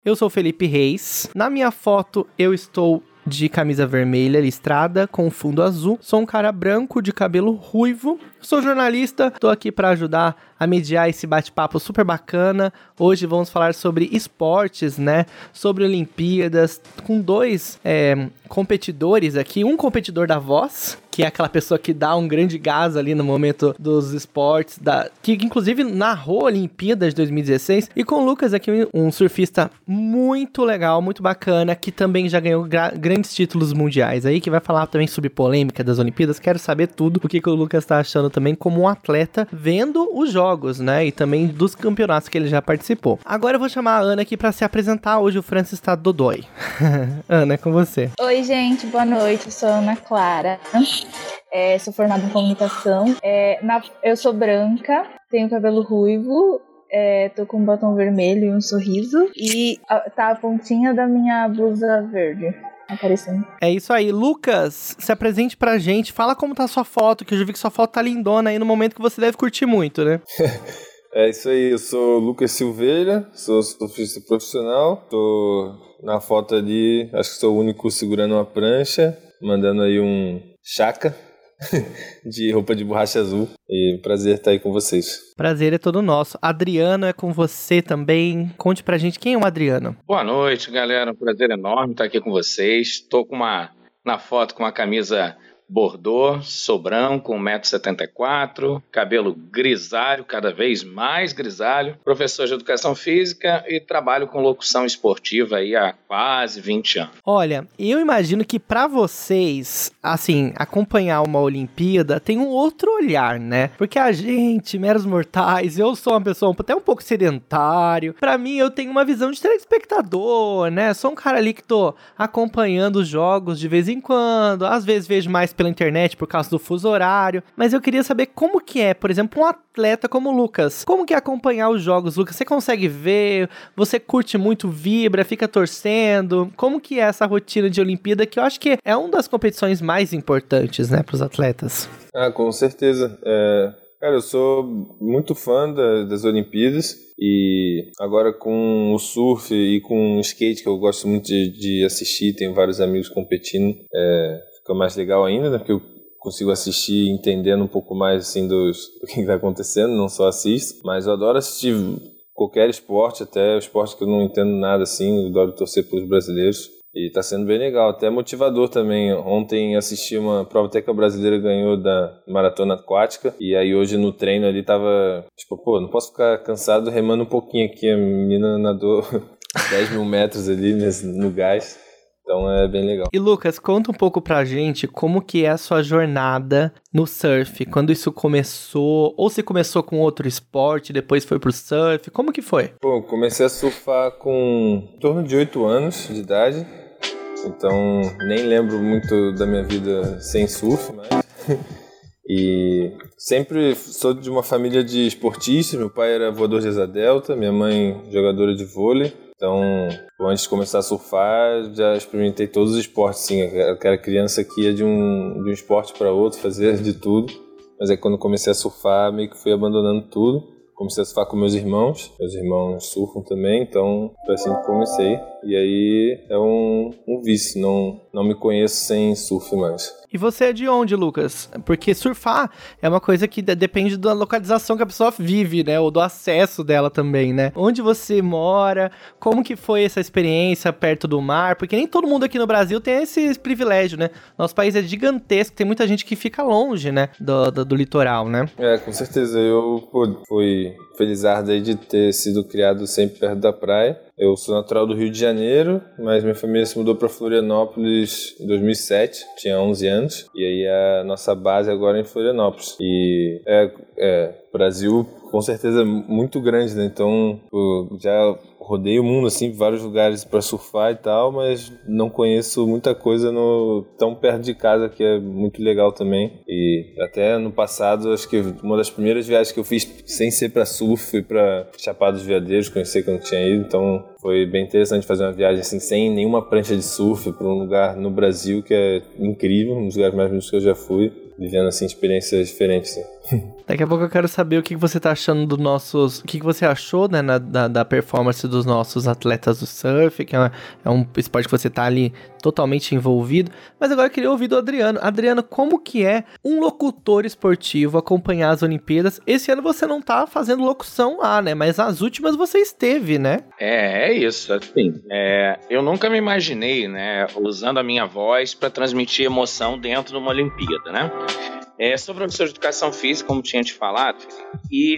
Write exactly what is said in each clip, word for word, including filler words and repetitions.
Eu sou o Felipe Reis. Na minha foto, eu estou de camisa vermelha listrada com fundo azul. Sou um cara branco de cabelo ruivo. Sou jornalista, tô aqui para ajudar a mediar esse bate-papo super bacana. Hoje vamos falar sobre esportes, né? Sobre Olimpíadas, com dois é, competidores aqui. Um competidor da voz, que é aquela pessoa que dá um grande gás ali no momento dos esportes, da, que inclusive narrou a Olimpíada de dois mil e dezesseis. E com o Lucas aqui, um surfista muito legal, muito bacana, que também já ganhou gra- grandes títulos mundiais aí, que vai falar também sobre polêmica das Olimpíadas. Quero saber tudo o que, que o Lucas tá achando também como um atleta vendo os jogos, né? E também dos campeonatos que ele já participou. Agora eu vou chamar a Ana aqui pra se apresentar. Hoje o Francis tá dodói. Ana, é com você. Oi, gente. Boa noite. Eu sou a Ana Clara. É, sou formada em comunicação. É, na, eu sou branca, tenho cabelo ruivo. É, tô com um batom vermelho e um sorriso. E a, tá a pontinha da minha blusa verde aparecendo. É isso aí. Lucas, se apresente pra gente. Fala como tá a sua foto, que eu já vi que sua foto tá lindona aí no momento que você deve curtir muito, né? É isso aí. Eu sou Lucas Silveira, sou surfista profissional. Tô na foto ali, acho que sou o único segurando uma prancha, mandando aí um chaca de roupa de borracha azul. E prazer estar aí com vocês. Prazer é todo nosso. Adriano é com você também. Conte pra gente quem é o Adriano. Boa noite, galera. Um prazer enorme estar aqui com vocês. Estou com uma, na foto com uma camisa bordô, sou branco, um metro e setenta e quatro, cabelo grisalho, cada vez mais grisalho, professor de educação física e trabalho com locução esportiva aí há quase vinte anos. Olha, eu imagino que pra vocês, assim, acompanhar uma Olimpíada tem um outro olhar, né? Porque a gente, meros mortais, eu sou uma pessoa até um pouco sedentário, pra mim eu tenho uma visão de telespectador, né? Sou um cara ali que tô acompanhando os jogos de vez em quando, às vezes vejo mais pela internet por causa do fuso horário, mas eu queria saber como que é, por exemplo, um atleta como o Lucas, como que é acompanhar os jogos, Lucas? Você consegue ver, você curte muito, vibra, fica torcendo, como que é essa rotina de Olimpíada, que eu acho que é uma das competições mais importantes, né, pros atletas? Ah, com certeza. É... Cara, eu sou muito fã da, das Olimpíadas e agora com o surf e com o skate, que eu gosto muito de, de assistir, tenho vários amigos competindo, é, fica mais legal ainda, né, porque eu consigo assistir entendendo um pouco mais assim, dos, do que está acontecendo, não só assisto, mas eu adoro assistir qualquer esporte, até o esporte que eu não entendo nada assim, eu adoro torcer pelos brasileiros. E tá sendo bem legal, até motivador também. Ontem assisti uma prova até que a brasileira ganhou da maratona aquática. E aí hoje no treino ali tava, tipo, pô, não posso ficar cansado remando um pouquinho aqui. A menina nadou dez mil metros ali nesse, no gás. Então é bem legal. E Lucas, conta um pouco pra gente como que é a sua jornada no surf, quando isso começou, ou se começou com outro esporte, depois foi pro surf, como que foi? Pô, comecei a surfar com em torno de oito anos de idade, então nem lembro muito da minha vida sem surf, mas... E sempre sou de uma família de esportistas, meu pai era voador de asa delta, minha mãe jogadora de vôlei. Então, antes de começar a surfar, já experimentei todos os esportes, sim. Eu era criança que ia de um, de um esporte para outro, fazia de tudo. Mas aí quando comecei a surfar, meio que fui abandonando tudo. Comecei a surfar com meus irmãos, meus irmãos surfam também, então foi assim que comecei. E aí é um, um vício, não, não me conheço sem surf mais. E você é de onde, Lucas? Porque surfar é uma coisa que depende da localização que a pessoa vive, né? Ou do acesso dela também, né? Onde você mora, como que foi essa experiência perto do mar? Porque nem todo mundo aqui no Brasil tem esse privilégio, né? Nosso país é gigantesco, tem muita gente que fica longe, né? Do, do, do litoral, né? É, com certeza. Eu pô, fui felizardo aí de ter sido criado sempre perto da praia. Eu sou natural do Rio de Janeiro, mas minha família se mudou para Florianópolis em dois mil e sete, tinha onze anos, e aí a nossa base agora é em Florianópolis. E é, é Brasil com certeza muito grande, né? Então eu já rodei o mundo assim, vários lugares para surfar e tal, mas não conheço muita coisa no tão perto de casa, que é muito legal também. E até no passado, acho que uma das primeiras viagens que eu fiz sem ser para surf foi para Chapada dos Veadeiros, conhecer que eu não tinha ido, então foi bem interessante fazer uma viagem assim sem nenhuma prancha de surf para um lugar no Brasil que é incrível, um dos lugares mais bonitos que eu já fui. vivendo assim experiências diferentes. Daqui a pouco eu quero saber o que você tá achando dos nossos... O que você achou, né, na, da, da performance dos nossos atletas do surf, que é, é um esporte que você tá ali totalmente envolvido. Mas agora eu queria ouvir do Adriano. Adriano, como que é um locutor esportivo acompanhar as Olimpíadas? Esse ano você não tá fazendo locução lá, né? Mas as últimas você esteve, né? É, é isso. Assim, é, eu nunca me imaginei, né, usando a minha voz para transmitir emoção dentro de uma Olimpíada, né? É, sobre a professor de educação física, como tinha te falado, e,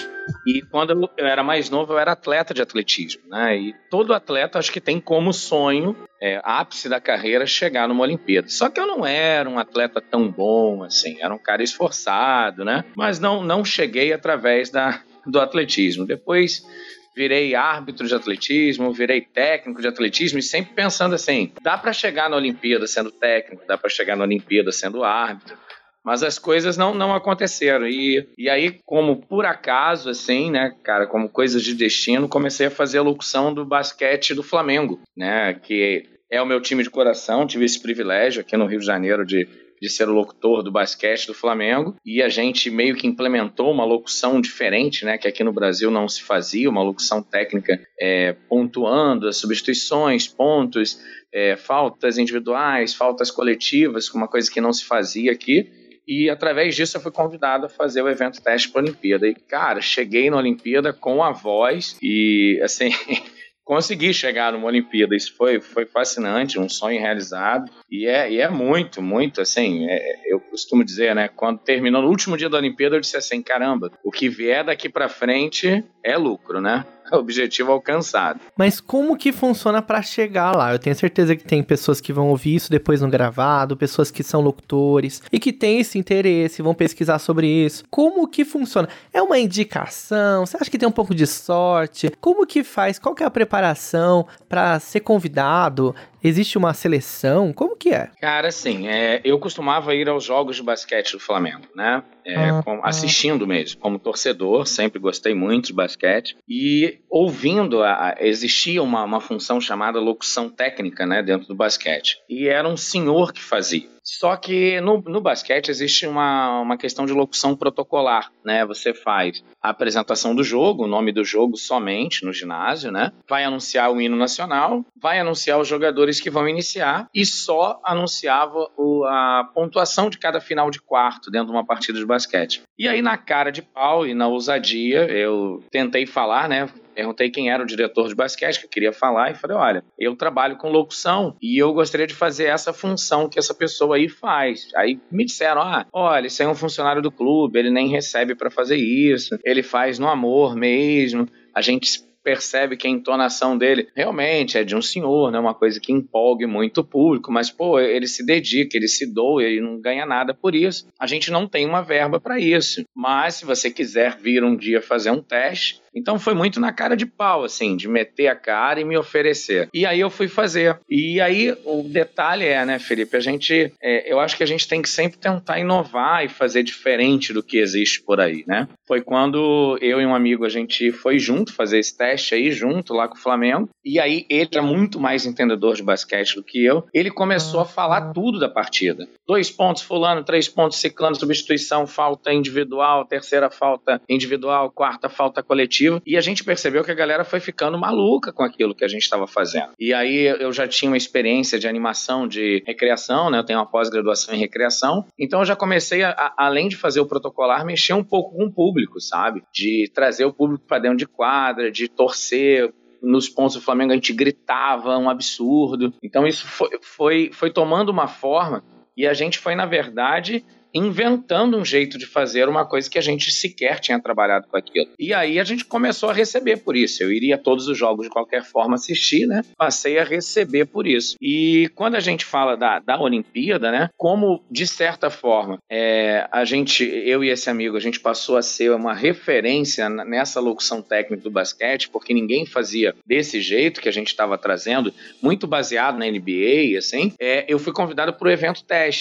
e quando eu era mais novo, eu era atleta de atletismo, né? E todo atleta, acho que tem como sonho, é, ápice da carreira, chegar numa Olimpíada. Só que eu não era um atleta tão bom, assim, era um cara esforçado, né? Mas não, não cheguei através da, do atletismo. Depois virei árbitro de atletismo, virei técnico de atletismo e sempre pensando assim, dá para chegar na Olimpíada sendo técnico, dá para chegar na Olimpíada sendo árbitro. Mas as coisas não, não aconteceram. E, e aí, como por acaso, assim, né, cara, como coisas de destino, comecei a fazer a locução do basquete do Flamengo, né, que é o meu time de coração. Tive esse privilégio aqui no Rio de Janeiro de, de ser o locutor do basquete do Flamengo. E a gente meio que implementou uma locução diferente, né, que aqui no Brasil não se fazia, uma locução técnica é, pontuando as substituições, pontos, é, faltas individuais, faltas coletivas, uma coisa que não se fazia aqui. E através disso eu fui convidado a fazer o evento teste para a Olimpíada. E, cara, cheguei na Olimpíada com a voz e, assim, consegui chegar numa Olimpíada. Isso foi, foi fascinante, um sonho realizado. E é, e é muito, muito, assim, é, eu costumo dizer, né, quando terminou no último dia da Olimpíada, eu disse assim, caramba, o que vier daqui para frente é lucro, né? Objetivo alcançado. Mas como que funciona pra chegar lá? Eu tenho certeza que tem pessoas que vão ouvir isso depois no gravado, pessoas que são locutores e que têm esse interesse, vão pesquisar sobre isso. Como que funciona? É uma indicação? Você acha que tem um pouco de sorte? Como que faz? Qual que é a preparação pra ser convidado? Existe uma seleção? Como que é? Cara, assim, é, eu costumava ir aos jogos de basquete do Flamengo, né? É, ah, com, assistindo mesmo, como torcedor, sempre gostei muito de basquete. E ouvindo, a, a, existia uma, uma função chamada locução técnica, né, dentro do basquete. E era um senhor que fazia. Só que no, no basquete existe uma, uma questão de locução protocolar, né? Você faz a apresentação do jogo, o nome do jogo somente no ginásio, né? Vai anunciar o hino nacional, vai anunciar os jogadores que vão iniciar e só anunciava o, a pontuação de cada final de quarto dentro de uma partida de basquete. E aí, na cara de pau e na ousadia, eu tentei falar, né? Perguntei quem era o diretor de basquete, que eu queria falar, e falei, olha, eu trabalho com locução e eu gostaria de fazer essa função que essa pessoa aí faz. Aí me disseram, ah, olha, esse é um funcionário do clube, ele nem recebe para fazer isso, ele faz no amor mesmo, a gente percebe que a entonação dele realmente é de um senhor, né? Uma coisa que empolgue muito o público, mas, pô, ele se dedica, ele se doa, ele não ganha nada por isso. A gente não tem uma verba para isso. Mas, se você quiser vir um dia fazer um teste, então foi muito na cara de pau, assim, de meter a cara e me oferecer. E aí eu fui fazer. E aí o detalhe é, né, Felipe, a gente, é, eu acho que a gente tem que sempre tentar inovar e fazer diferente do que existe por aí, né? Foi quando eu e um amigo, a gente foi junto fazer esse teste aí, junto lá com o Flamengo, e aí ele é muito mais entendedor de basquete do que eu, ele começou a falar tudo da partida. Dois pontos fulano, três pontos ciclano, substituição, falta individual, terceira falta individual, quarta falta coletiva. E a gente percebeu que a galera foi ficando maluca com aquilo que a gente estava fazendo. E aí eu já tinha uma experiência de animação de recreação, né? Eu tenho uma pós-graduação em recreação. Então eu já comecei, a, a, além de fazer o protocolar, mexer um pouco com o público, sabe? De trazer o público para dentro de quadra, de torcer. Nos pontos do Flamengo a gente gritava, um absurdo. Então isso foi, foi, foi tomando uma forma e a gente foi, na verdade, inventando um jeito de fazer uma coisa que a gente sequer tinha trabalhado com aquilo. E aí a gente começou a receber por isso. Eu iria a todos os jogos de qualquer forma assistir, né? Passei a receber por isso. E quando a gente fala da, da Olimpíada, né? Como, de certa forma, é, a gente, eu e esse amigo, a gente passou a ser uma referência nessa locução técnica do basquete, porque ninguém fazia desse jeito que a gente estava trazendo, muito baseado na N B A, assim. É, eu fui convidado para o evento teste.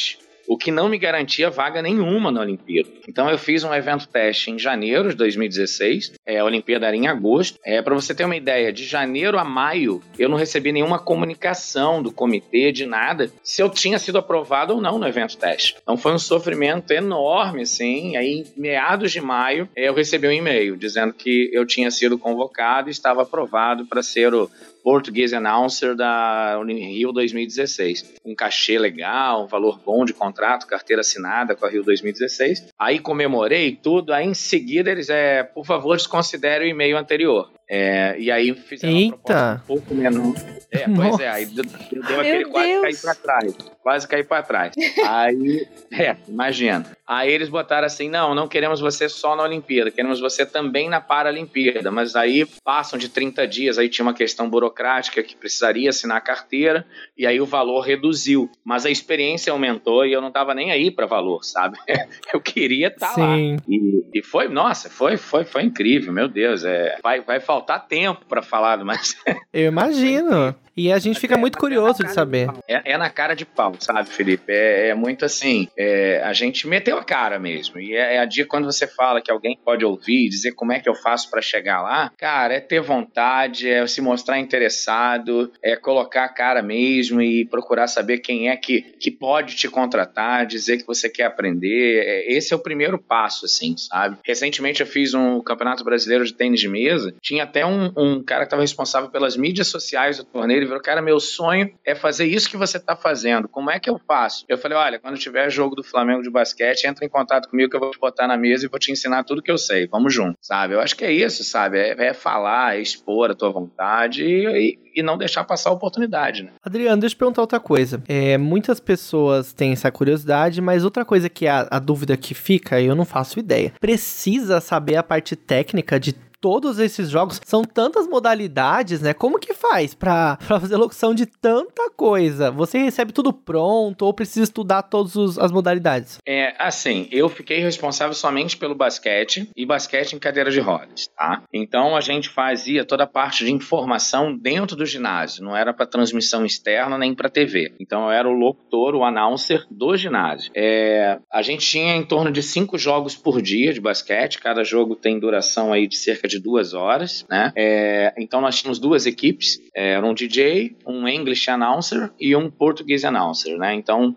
o que não me garantia vaga nenhuma na Olimpíada. Então eu fiz um evento teste em janeiro de dois mil e dezesseis, é, a Olimpíada era em agosto. É, para você ter uma ideia, de janeiro a maio eu não recebi nenhuma comunicação do comitê, de nada, se eu tinha sido aprovado ou não no evento teste. Então foi um sofrimento enorme, assim. Aí em meados de maio eu recebi um e-mail dizendo que eu tinha sido convocado e estava aprovado para ser o Portuguese Announcer da Rio dois mil e dezesseis. Um cachê legal, um valor bom de contrato, carteira assinada com a Rio dois mil e dezesseis. Aí comemorei tudo, aí em seguida eles, é, por favor, desconsidere o e-mail anterior. É, e aí fizeram uma proposta um pouco menor. É, pois Nossa. é, aí deu, deu aquele quase cair pra trás. Quase cair pra trás. Aí, é, imagina. Aí eles botaram assim, não, não queremos você só na Olimpíada, queremos você também na Paralimpíada. Mas aí passam de trinta dias, aí tinha uma questão burocrática que precisaria assinar a carteira, e aí o valor reduziu. Mas a experiência aumentou e eu não tava nem aí pra valor, sabe? Eu queria estar tá lá. E, e foi, nossa, foi, foi, foi incrível, meu Deus. É, vai, vai faltar tempo pra falar, mas... Eu imagino. E a gente fica é, muito curioso de saber. De é, é na cara de pau, sabe, Felipe? É, é muito assim, é, a gente meteu a cara mesmo. E é, é a dia quando você fala que alguém pode ouvir, dizer como é que eu faço pra chegar lá, cara, é ter vontade, é se mostrar interessado, é colocar a cara mesmo e procurar saber quem é que, que pode te contratar, dizer que você quer aprender. É, esse é o primeiro passo, assim, sabe? Recentemente eu fiz um campeonato brasileiro de tênis de mesa, tinha até um, um cara que estava responsável pelas mídias sociais do torneio. Ele falou, cara, meu sonho é fazer isso que você tá fazendo, como é que eu faço? Eu falei, olha, quando tiver jogo do Flamengo de basquete, entra em contato comigo que eu vou te botar na mesa e vou te ensinar tudo que eu sei, vamos junto, sabe? Eu acho que é isso, sabe? É, é falar, é expor a tua vontade e, e, e não deixar passar a oportunidade, né? Adriano, deixa eu perguntar outra coisa. É, muitas pessoas têm essa curiosidade, mas outra coisa que é a, a dúvida que fica, eu não faço ideia. Precisa saber a parte técnica de todos esses jogos, são tantas modalidades, né? Como que faz pra, pra fazer locução de tanta coisa? Você recebe tudo pronto ou precisa estudar todas as modalidades? É, assim, eu fiquei responsável somente pelo basquete e basquete em cadeira de rodas, tá? Então a gente fazia toda a parte de informação dentro do ginásio, não era para transmissão externa nem para T V. Então eu era o locutor, o announcer do ginásio. É, a gente tinha em torno de cinco jogos por dia de basquete, cada jogo tem duração aí de cerca de de duas horas, né? É, então nós tínhamos duas equipes, é, um D J, um English Announcer e um Portuguese Announcer, né? Então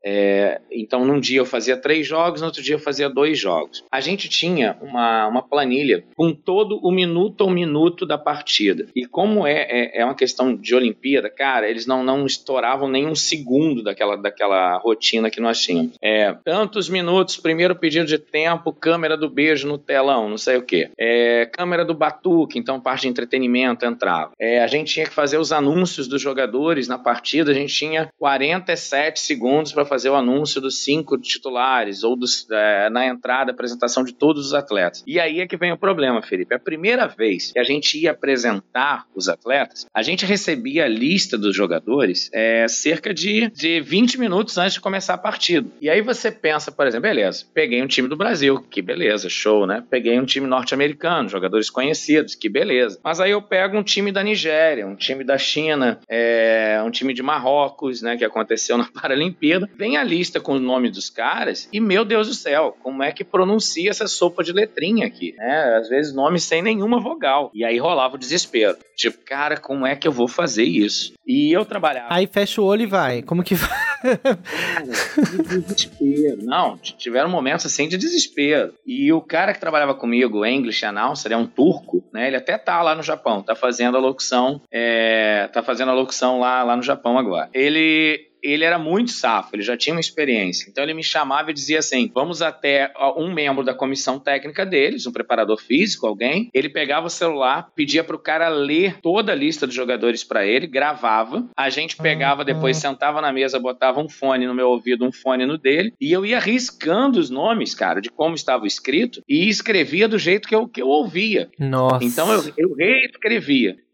É, então, num dia eu fazia três jogos, no outro dia eu fazia dois jogos. A gente tinha uma, uma planilha com todo o minuto ao minuto da partida. E como é, é, é uma questão de Olimpíada, cara, eles não, não estouravam nem um segundo daquela, daquela rotina que nós tínhamos. É, tantos minutos, primeiro pedido de tempo, câmera do beijo no telão, não sei o quê. É, câmera do batuque, então parte de entretenimento entrava. É, a gente tinha que fazer os anúncios dos jogadores na partida, a gente tinha quarenta e sete segundos para fazer o anúncio dos cinco titulares ou dos, é, na entrada, apresentação de todos os atletas. E aí é que vem o problema, Felipe. A primeira vez que a gente ia apresentar os atletas, a gente recebia a lista dos jogadores é, cerca de, de vinte minutos antes de começar a partida. E aí você pensa, por exemplo, beleza, peguei um time do Brasil, que beleza, show, né? Peguei um time norte-americano, jogadores conhecidos, que beleza. Mas aí eu pego um time da Nigéria, um time da China, é, um time de Marrocos, né, que aconteceu na Paralimpíada. Vem a lista com o nome dos caras e, meu Deus do céu, como é que pronuncia essa sopa de letrinha aqui, né? Às vezes nomes sem nenhuma vogal. E aí rolava o desespero. Tipo, cara, como é que eu vou fazer isso? E eu trabalhava... Aí fecha o olho e vai. Como que vai? Cara, de desespero. Não, tiveram momentos assim de desespero. E o cara que trabalhava comigo, o English Announcer, é um turco, né? Ele até tá lá no Japão, tá fazendo a locução, é... tá fazendo a locução lá, lá no Japão agora. Ele... ele era muito safo, ele já tinha uma experiência. Então ele me chamava e dizia assim, vamos até um membro da comissão técnica deles, um preparador físico, alguém. Ele pegava o celular, pedia pro cara ler toda a lista dos jogadores para ele, gravava. A gente pegava depois, sentava na mesa, botava um fone no meu ouvido, um fone no dele, e eu ia riscando os nomes, cara, de como estava escrito, e escrevia do jeito que eu, que eu ouvia. Nossa. Então eu, eu reescrevia.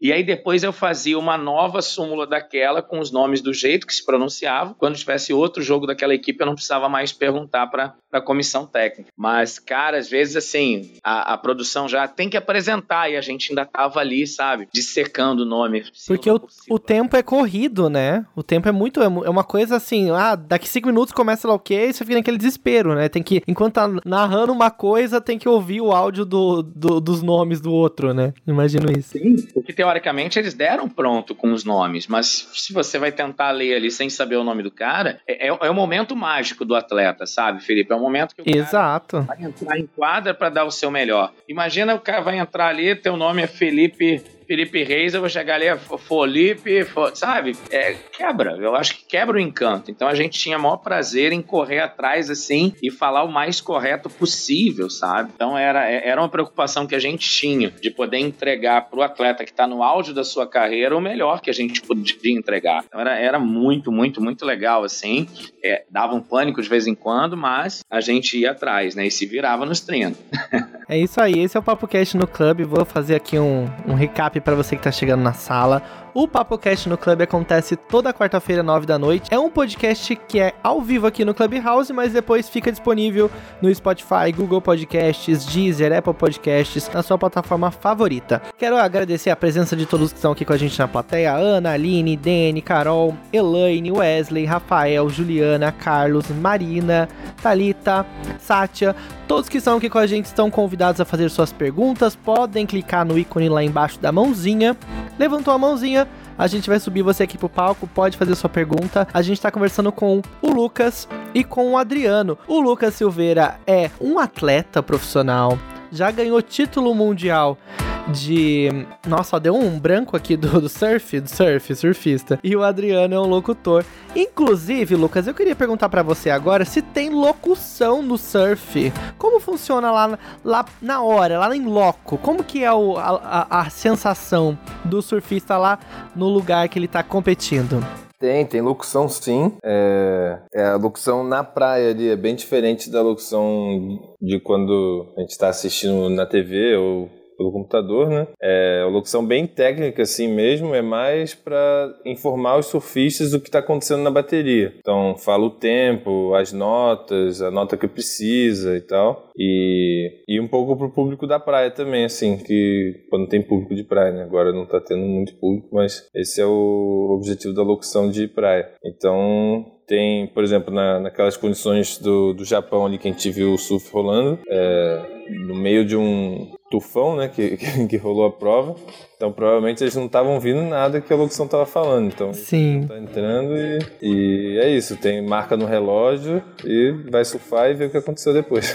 E aí depois eu fazia uma nova súmula daquela com os nomes do jeito que se pronunciava. Quando tivesse outro jogo daquela equipe, eu não precisava mais perguntar para a comissão técnica. Mas, cara, às vezes, assim, a, a produção já tem que apresentar e a gente ainda tava ali, sabe, dissecando o nome. Porque o, o tempo é corrido, né? O tempo é muito... É uma coisa assim, ah, daqui cinco minutos começa lá o quê? E você fica naquele desespero, né? Tem que, enquanto tá narrando uma coisa, tem que ouvir o áudio do, do, dos nomes do outro, né? Imagino isso. Sim, porque teoricamente eles deram pronto com os nomes, mas se você vai tentar ler ali sem saber o nome do cara, é, é, é o momento mágico do atleta, sabe, Felipe? É o momento que o Exato. cara vai entrar em quadra para dar o seu melhor. Imagina o cara vai entrar ali, teu nome é Felipe... Felipe Reis, eu vou chegar ali, Felipe, sabe? É, quebra, eu acho que quebra o encanto. Então a gente tinha maior prazer em correr atrás, assim, e falar o mais correto possível, sabe? Então era, era uma preocupação que a gente tinha, de poder entregar pro atleta que tá no auge da sua carreira o melhor que a gente podia entregar. Então era, era muito, muito, muito legal, assim. É, dava um pânico de vez em quando, mas a gente ia atrás, né? E se virava nos treinos. É isso aí, esse é o PapoCast no Clube. Vou fazer aqui um, um recap para você que tá chegando na sala. O PapoCast no Clube acontece toda quarta-feira, nove da noite. É um podcast que é ao vivo aqui no Clubhouse, mas depois fica disponível no Spotify, Google Podcasts, Deezer, Apple Podcasts, na sua plataforma favorita. Quero agradecer a presença de todos que estão aqui com a gente na plateia: Ana, Aline, Dani, Carol, Elaine, Wesley, Rafael, Juliana, Carlos, Marina, Thalita, Sátia. Todos que estão aqui com a gente estão convidados a fazer suas perguntas. Podem clicar no ícone lá embaixo da mãozinha. Levantou a mãozinha, a gente vai subir você aqui pro palco, pode fazer sua pergunta. A gente tá conversando com o Lucas e com o Adriano. O Lucas Silveira é um atleta profissional, já ganhou título mundial de... Nossa, deu um branco aqui do, do surf, do surf, surfista. E o Adriano é um locutor. Inclusive, Lucas, eu queria perguntar pra você agora se tem locução no surf. Como funciona lá, lá na hora, lá em loco? Como que é o, a, a, a sensação do surfista lá no lugar que ele tá competindo? Tem, tem locução sim. É, é, a locução na praia ali é bem diferente da locução de quando a gente tá assistindo na T V ou pelo computador, né? É uma locução bem técnica assim mesmo, é mais para informar os surfistas do que está acontecendo na bateria. Então, fala o tempo, as notas, a nota que precisa e tal. E, e um pouco pro público da praia também, assim, que quando tem público de praia, né? Agora não tá tendo muito público, mas esse é o objetivo da locução de praia. Então, tem, por exemplo, na, naquelas condições do, do Japão ali que a gente viu o surf rolando, é, no meio de um tufão, né, que, que, que rolou a prova. Então, provavelmente eles não estavam ouvindo nada que a locução estava falando. Então, sim, tá entrando e, e é isso. Tem marca no relógio e vai surfar e ver o que aconteceu depois.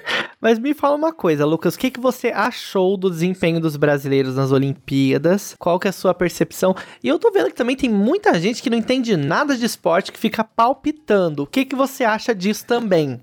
Mas me fala uma coisa, Lucas, o que, que você achou do desempenho dos brasileiros nas Olimpíadas? Qual que é a sua percepção? E eu tô vendo que também tem muita gente que não entende nada de esporte, que fica palpitando. O que, que você acha disso também?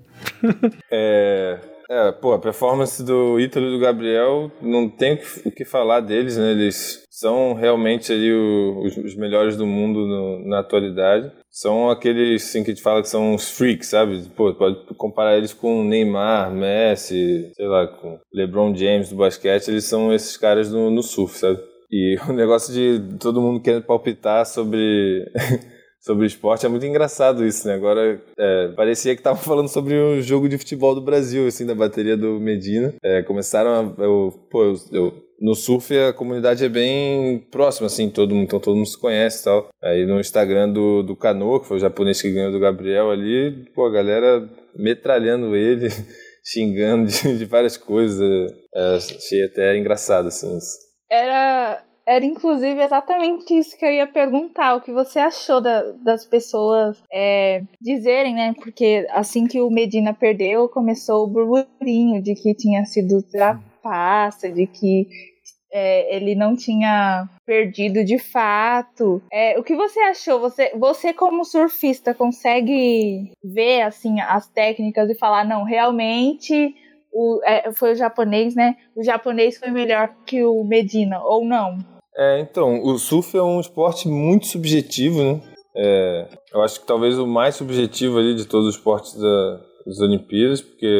É... É, pô, a performance do Ítalo e do Gabriel, não tem o que falar deles, né? Eles são realmente ali o, os, os melhores do mundo no, na atualidade. São aqueles, assim, que a gente fala que são os freaks, sabe? Pô, pode comparar eles com Neymar, Messi, sei lá, com LeBron James do basquete. Eles são esses caras no, no surf, sabe? E o negócio de todo mundo querendo palpitar sobre... sobre o esporte, é muito engraçado isso, né? Agora, é, parecia que estavam falando sobre o jogo de futebol do Brasil, assim, da bateria do Medina. É, começaram a... Eu, pô, eu, eu, no surf a comunidade é bem próxima, assim, todo mundo, então todo mundo se conhece e tal. Aí no Instagram do, do Cano, que foi o japonês que ganhou do Gabriel ali, pô, a galera metralhando ele, xingando de, de várias coisas. É, achei até engraçado, assim, isso. Era... Era, inclusive, exatamente isso que eu ia perguntar. O que você achou da, das pessoas é, dizerem, né? Porque assim que o Medina perdeu, começou o burburinho de que tinha sido trapaça, de que é, ele não tinha perdido de fato. É, o que você achou? Você, você, como surfista, consegue ver, assim, as técnicas e falar, não, realmente... O, é, foi o japonês, né? O japonês foi melhor que o Medina, ou não? É, então, o surf é um esporte muito subjetivo, né? É, eu acho que talvez o mais subjetivo ali de todos os esportes da, das Olimpíadas, porque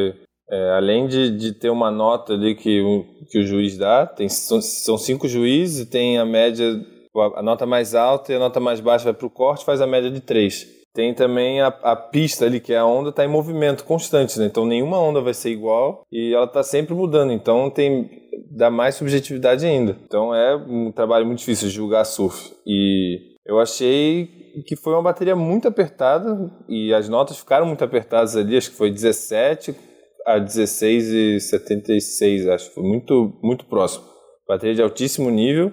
É, além de, de ter uma nota ali que o, que o juiz dá, tem, são, são cinco juízes e tem a média, a nota mais alta e a nota mais baixa vai para o corte, faz a média de três. Tem também a, a pista ali, que é a onda, está em movimento constante, né? Então nenhuma onda vai ser igual e ela está sempre mudando, então tem, dá mais subjetividade ainda. Então é um trabalho muito difícil de julgar surf. E eu achei que foi uma bateria muito apertada e as notas ficaram muito apertadas ali, acho que foi dezessete a dezesseis e setenta e seis, acho. Foi muito, muito próximo. Bateria de altíssimo nível,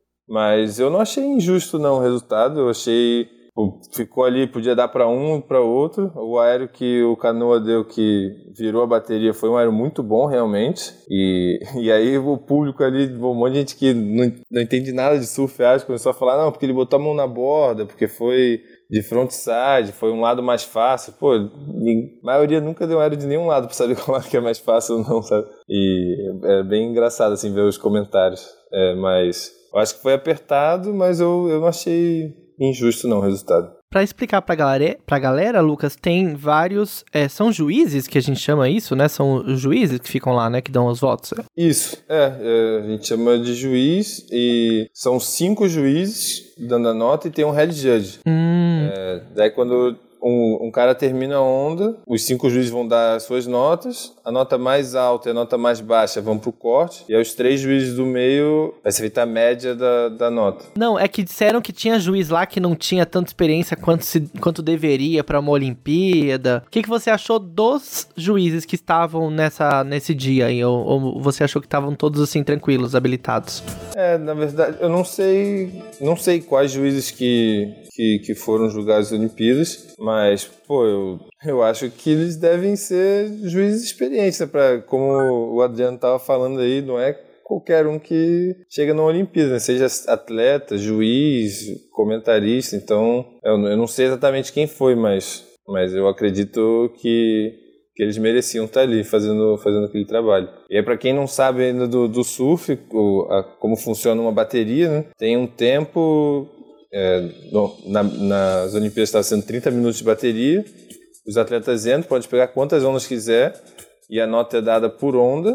mas eu não achei injusto não o resultado. Eu achei... Ficou ali, podia dar para um e para outro. O aéreo que o Canoa deu, que virou a bateria, foi um aéreo muito bom, realmente. E, e aí o público ali, um monte de gente que não, não entende nada de surf, acho, começou a falar, não, porque ele botou a mão na borda, porque foi... de frontside, foi um lado mais fácil. Pô, a maioria nunca deu aéreo de nenhum lado pra saber qual é que é mais fácil ou não, sabe? E é bem engraçado, assim, ver os comentários. É, mas eu acho que foi apertado, mas eu, eu não achei injusto, não, o resultado. Pra explicar pra galera, pra galera, Lucas, tem vários... É, são juízes que a gente chama isso, né? São os juízes que ficam lá, né? Que dão os votos. Isso, é, é. A gente chama de juiz e são cinco juízes dando a nota e tem um head judge. Hum. É, daí quando um, um cara termina a onda, os cinco juízes vão dar as suas notas, a nota mais alta e a nota mais baixa vão pro corte, e aí os três juízes do meio vai ser feita a média da, da nota. Não, é que disseram que tinha juiz lá que não tinha tanta experiência quanto, se, quanto deveria pra uma Olimpíada. O que, que você achou dos juízes que estavam nessa, nesse dia aí? Ou, ou você achou que estavam todos assim tranquilos, habilitados? É, na verdade, eu não sei, não sei quais juízes que, que, que foram julgar as Olimpíadas, mas, pô, eu, eu acho que eles devem ser juízes experientes, né? Pra, como o Adriano tava falando aí, não é qualquer um que chega na Olimpíada, né? Seja atleta, juiz, comentarista, então eu, eu não sei exatamente quem foi, mas, mas eu acredito que, que eles mereciam estar ali fazendo, fazendo aquele trabalho. E aí, para quem não sabe ainda do, do surf, o, a, como funciona uma bateria, né? Tem um tempo... É, no, na, nas Olimpíadas estava sendo trinta minutos de bateria, os atletas entram, pode pegar quantas ondas quiser e a nota é dada por onda,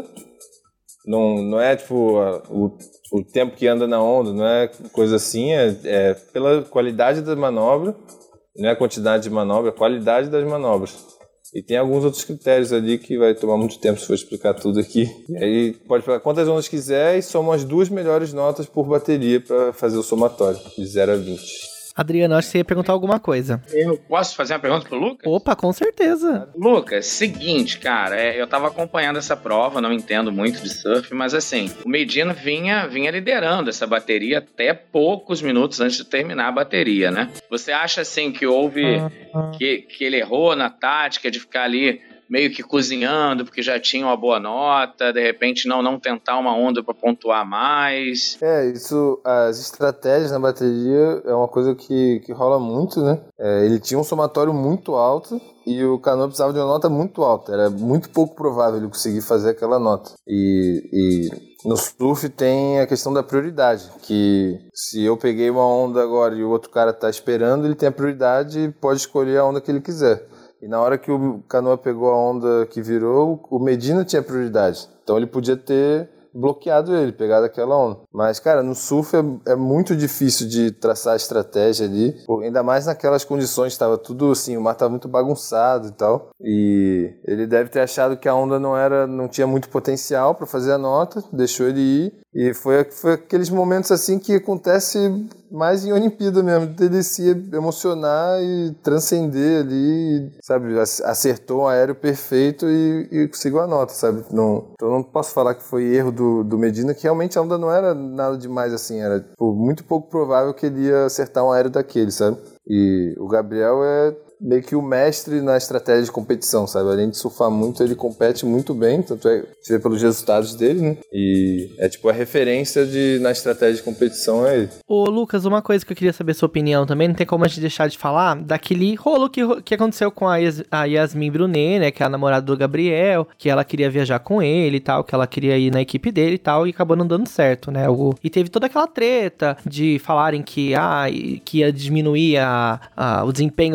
não, não é tipo a, o, o tempo que anda na onda, não é coisa assim, é, é pela qualidade da manobra, não é a quantidade de manobra, é a qualidade das manobras. E tem alguns outros critérios ali que vai tomar muito tempo se for explicar tudo aqui. E aí pode pegar quantas ondas quiser e soma as duas melhores notas por bateria para fazer o somatório, de zero a vinte. Adriano, acho que você ia perguntar alguma coisa. Eu posso fazer uma pergunta pro Lucas? Opa, com certeza. Lucas, seguinte, cara, é, eu tava acompanhando essa prova, não entendo muito de surf, mas assim, o Medina vinha, vinha liderando essa bateria até poucos minutos antes de terminar a bateria, né? Você acha, assim, que houve, que, que ele errou na tática de ficar ali meio que cozinhando, porque já tinha uma boa nota, de repente não, não tentar uma onda para pontuar mais? É, isso, as estratégias na bateria é uma coisa que, que rola muito, né? É, ele tinha um somatório muito alto e o Canoa precisava de uma nota muito alta, era muito pouco provável ele conseguir fazer aquela nota. E, e no surf tem a questão da prioridade, que se eu peguei uma onda agora e o outro cara tá esperando, ele tem a prioridade e pode escolher a onda que ele quiser. E na hora que o Canoa pegou a onda que virou, o Medina tinha prioridade. Então ele podia ter bloqueado ele, pegado aquela onda. Mas, cara, no surf é, é muito difícil de traçar a estratégia ali. Ainda mais naquelas condições, estava tudo assim, o mar estava muito bagunçado e tal. E ele deve ter achado que a onda não era, não tinha muito potencial para fazer a nota, deixou ele ir. E foi, foi aqueles momentos assim que acontece mais em Olimpíada mesmo, dele se emocionar e transcender ali, sabe, acertou um aéreo perfeito e, e conseguiu a nota, sabe. Não, então não posso falar que foi erro do, do Medina, que realmente a onda não era nada demais assim, era tipo, muito pouco provável que ele ia acertar um aéreo daquele, sabe. E o Gabriel é meio que o mestre na estratégia de competição, sabe? Além de surfar muito, ele compete muito bem, tanto é, você vê pelos resultados dele, né? E é tipo a referência de, na estratégia de competição é ele. Ô, Lucas, uma coisa que eu queria saber sua opinião também, não tem como a gente deixar de falar daquele rolo que, que aconteceu com a, Yas, a Yasmin Brunet, né? Que é a namorada do Gabriel, que ela queria viajar com ele e tal, que ela queria ir na equipe dele e tal, e acabou não dando certo, né? O, e teve toda aquela treta de falarem que, ah, que ia diminuir a, a, o desempenho do Gabriel,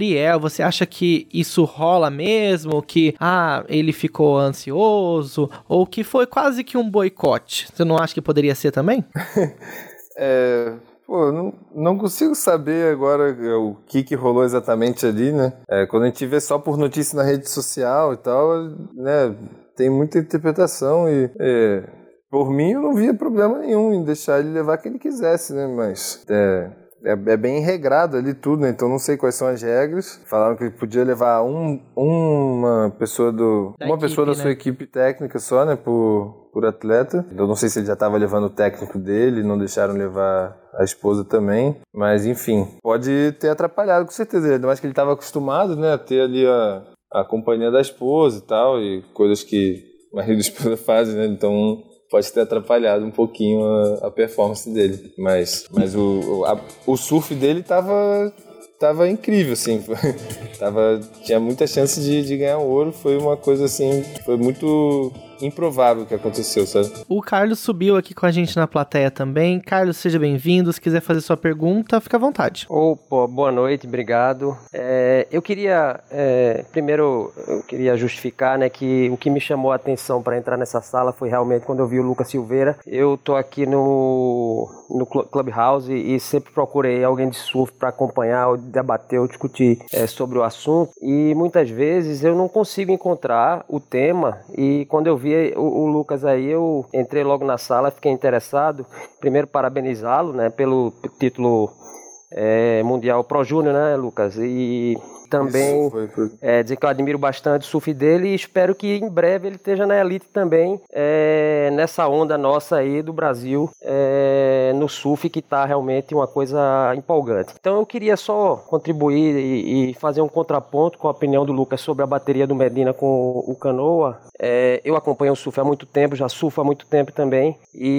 Ariel, você acha que isso rola mesmo? Que, ah, ele ficou ansioso? Ou que foi quase que um boicote? Você não acha que poderia ser também? é... Pô, não, não consigo saber agora o que, que rolou exatamente ali, né? É, quando a gente vê só por notícia na rede social e tal, né? Tem muita interpretação e... É, por mim, eu não via problema nenhum em deixar ele levar quem ele quisesse, né? Mas... É... É, é bem regrado ali tudo, né? Então não sei quais são as regras. Falaram que ele podia levar um, uma pessoa do da uma equipe, pessoa da né? sua equipe técnica só, né? Por, por atleta. Eu não sei se ele já estava levando o técnico dele, não deixaram levar a esposa também. Mas enfim, pode ter atrapalhado com certeza. Ainda mais que ele estava acostumado, né? A ter ali a, a companhia da esposa e tal, e coisas que marido e esposa fazem, né? Então pode ter atrapalhado um pouquinho a, a performance dele. Mas, mas o, a, o surf dele tava, tava incrível, assim. tava, tinha muita chance de, de ganhar ouro. Foi uma coisa, assim, foi muito improvável que aconteceu, sabe? O Carlos subiu aqui com a gente na plateia também. Carlos, seja bem-vindo. Se quiser fazer sua pergunta, fica à vontade. Opa, boa noite, obrigado. É, eu queria, é, primeiro, eu queria justificar, né, que o que me chamou a atenção para entrar nessa sala foi realmente quando eu vi o Lucas Silveira. Eu tô aqui no, no Clubhouse e sempre procurei alguém de surf para acompanhar, ou debater, ou discutir é, sobre o assunto. E muitas vezes eu não consigo encontrar o tema, e quando eu vi O, o Lucas aí, eu entrei logo na sala, fiquei interessado. Primeiro, parabenizá-lo, né, pelo título é, mundial Pro Júnior, né, Lucas? E também foi, foi. É, dizer que eu admiro bastante o surf dele e espero que em breve ele esteja na elite também, é, nessa onda nossa aí do Brasil, é, no surf, que está realmente uma coisa empolgante. Então eu queria só contribuir e, e fazer um contraponto com a opinião do Lucas sobre a bateria do Medina com o Canoa. É, eu acompanho o surf há muito tempo, já surfo há muito tempo também,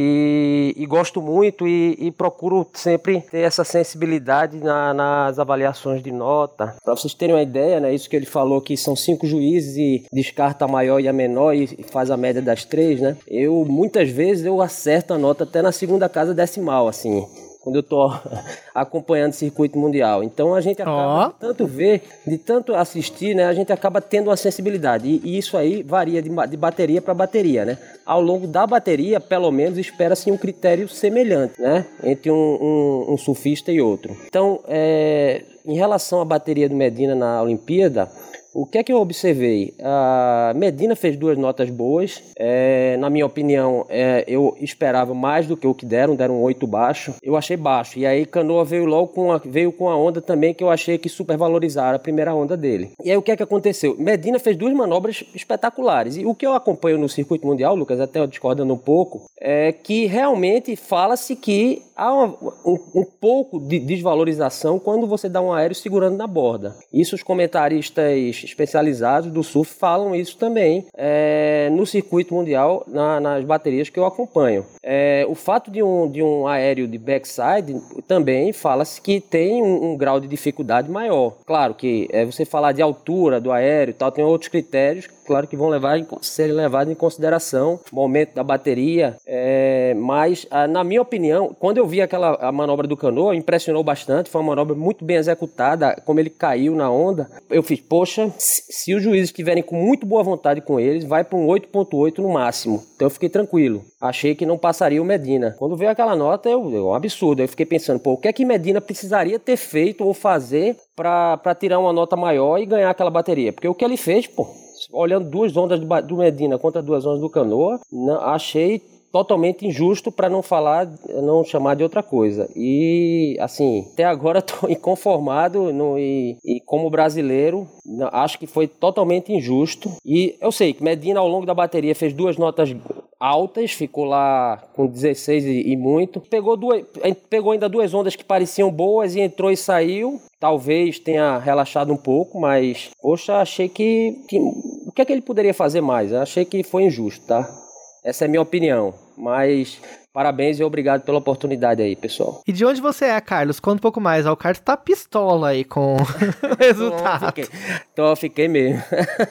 e, e gosto muito e, e procuro sempre ter essa sensibilidade na, nas avaliações de nota. Para vocês terem uma ideia, né, isso que ele falou, que são cinco juízes e descarta a maior e a menor e faz a média das três, né? Eu, muitas vezes, eu acerto a nota até na segunda casa decimal, assim, quando eu tô acompanhando o circuito mundial. Então a gente acaba, oh. de tanto ver, de tanto assistir, né, a gente acaba tendo uma sensibilidade. E, e isso aí varia de, de bateria para bateria, né? Ao longo da bateria, pelo menos, espera-se um critério semelhante, né, entre um, um, um surfista e outro. Então, é, em relação à bateria do Medina na Olimpíada, o que é que eu observei? A Medina fez duas notas boas. É, na minha opinião, é, eu esperava mais do que o que deram, deram um oito baixo. Eu achei baixo. E aí Canoa veio logo com a, veio com a onda também que eu achei que supervalorizaram a primeira onda dele. E aí o que é que aconteceu? Medina fez duas manobras espetaculares. E o que eu acompanho no circuito mundial, Lucas, até discordando um pouco, é que realmente fala-se que há uma, um, um pouco de desvalorização quando você dá um aéreo segurando na borda. Isso os comentaristas especializados do surf falam isso também é, no circuito mundial, na, nas baterias que eu acompanho. É, o fato de um, de um aéreo de backside também fala-se que tem um, um grau de dificuldade maior. Claro que é, você falar de altura do aéreo e tal, tem outros critérios, claro que vão levar em, serem levados em consideração, o momento da bateria, é, mas na minha opinião, quando eu vi aquela a manobra do Canoa, impressionou bastante, foi uma manobra muito bem executada, como ele caiu na onda, eu fiz, poxa, se, se os juízes estiverem com muito boa vontade com eles, vai para um oito ponto oito no máximo, então eu fiquei tranquilo, achei que não passaria o Medina. Quando veio aquela nota, eu, eu, um absurdo, eu fiquei pensando, pô, o que é que Medina precisaria ter feito ou fazer para tirar uma nota maior e ganhar aquela bateria, porque o que ele fez, pô, olhando duas ondas do Medina contra duas ondas do Canoa, não, achei totalmente injusto, para não falar, não chamar de outra coisa. E, assim, até agora estou inconformado no, e, e como brasileiro, acho que foi totalmente injusto. E eu sei que Medina, ao longo da bateria, fez duas notas altas, ficou lá com dezesseis e, e muito. Pegou, duas, pegou ainda duas ondas que pareciam boas e entrou e saiu. Talvez tenha relaxado um pouco, mas, poxa, achei que, que... O que é que ele poderia fazer mais? Eu achei que foi injusto, tá? Essa é a minha opinião, mas parabéns e obrigado pela oportunidade aí, pessoal. E de onde você é, Carlos? Conta um pouco mais. O Carlos tá pistola aí com o resultado. Então, eu fiquei, então eu fiquei mesmo.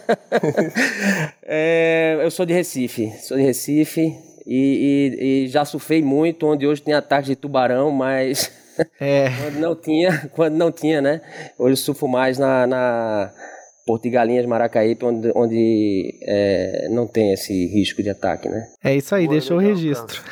é, eu sou de Recife, sou de Recife e, e, e já surfei muito, onde hoje tem ataques de tubarão, mas É. Quando não tinha, quando não tinha, né? Hoje eu surfo mais na, na Porto de Galinhas, Maracaípe, onde, onde é, não tem esse risco de ataque, né? É isso aí, Boa, deixou o legal, registro.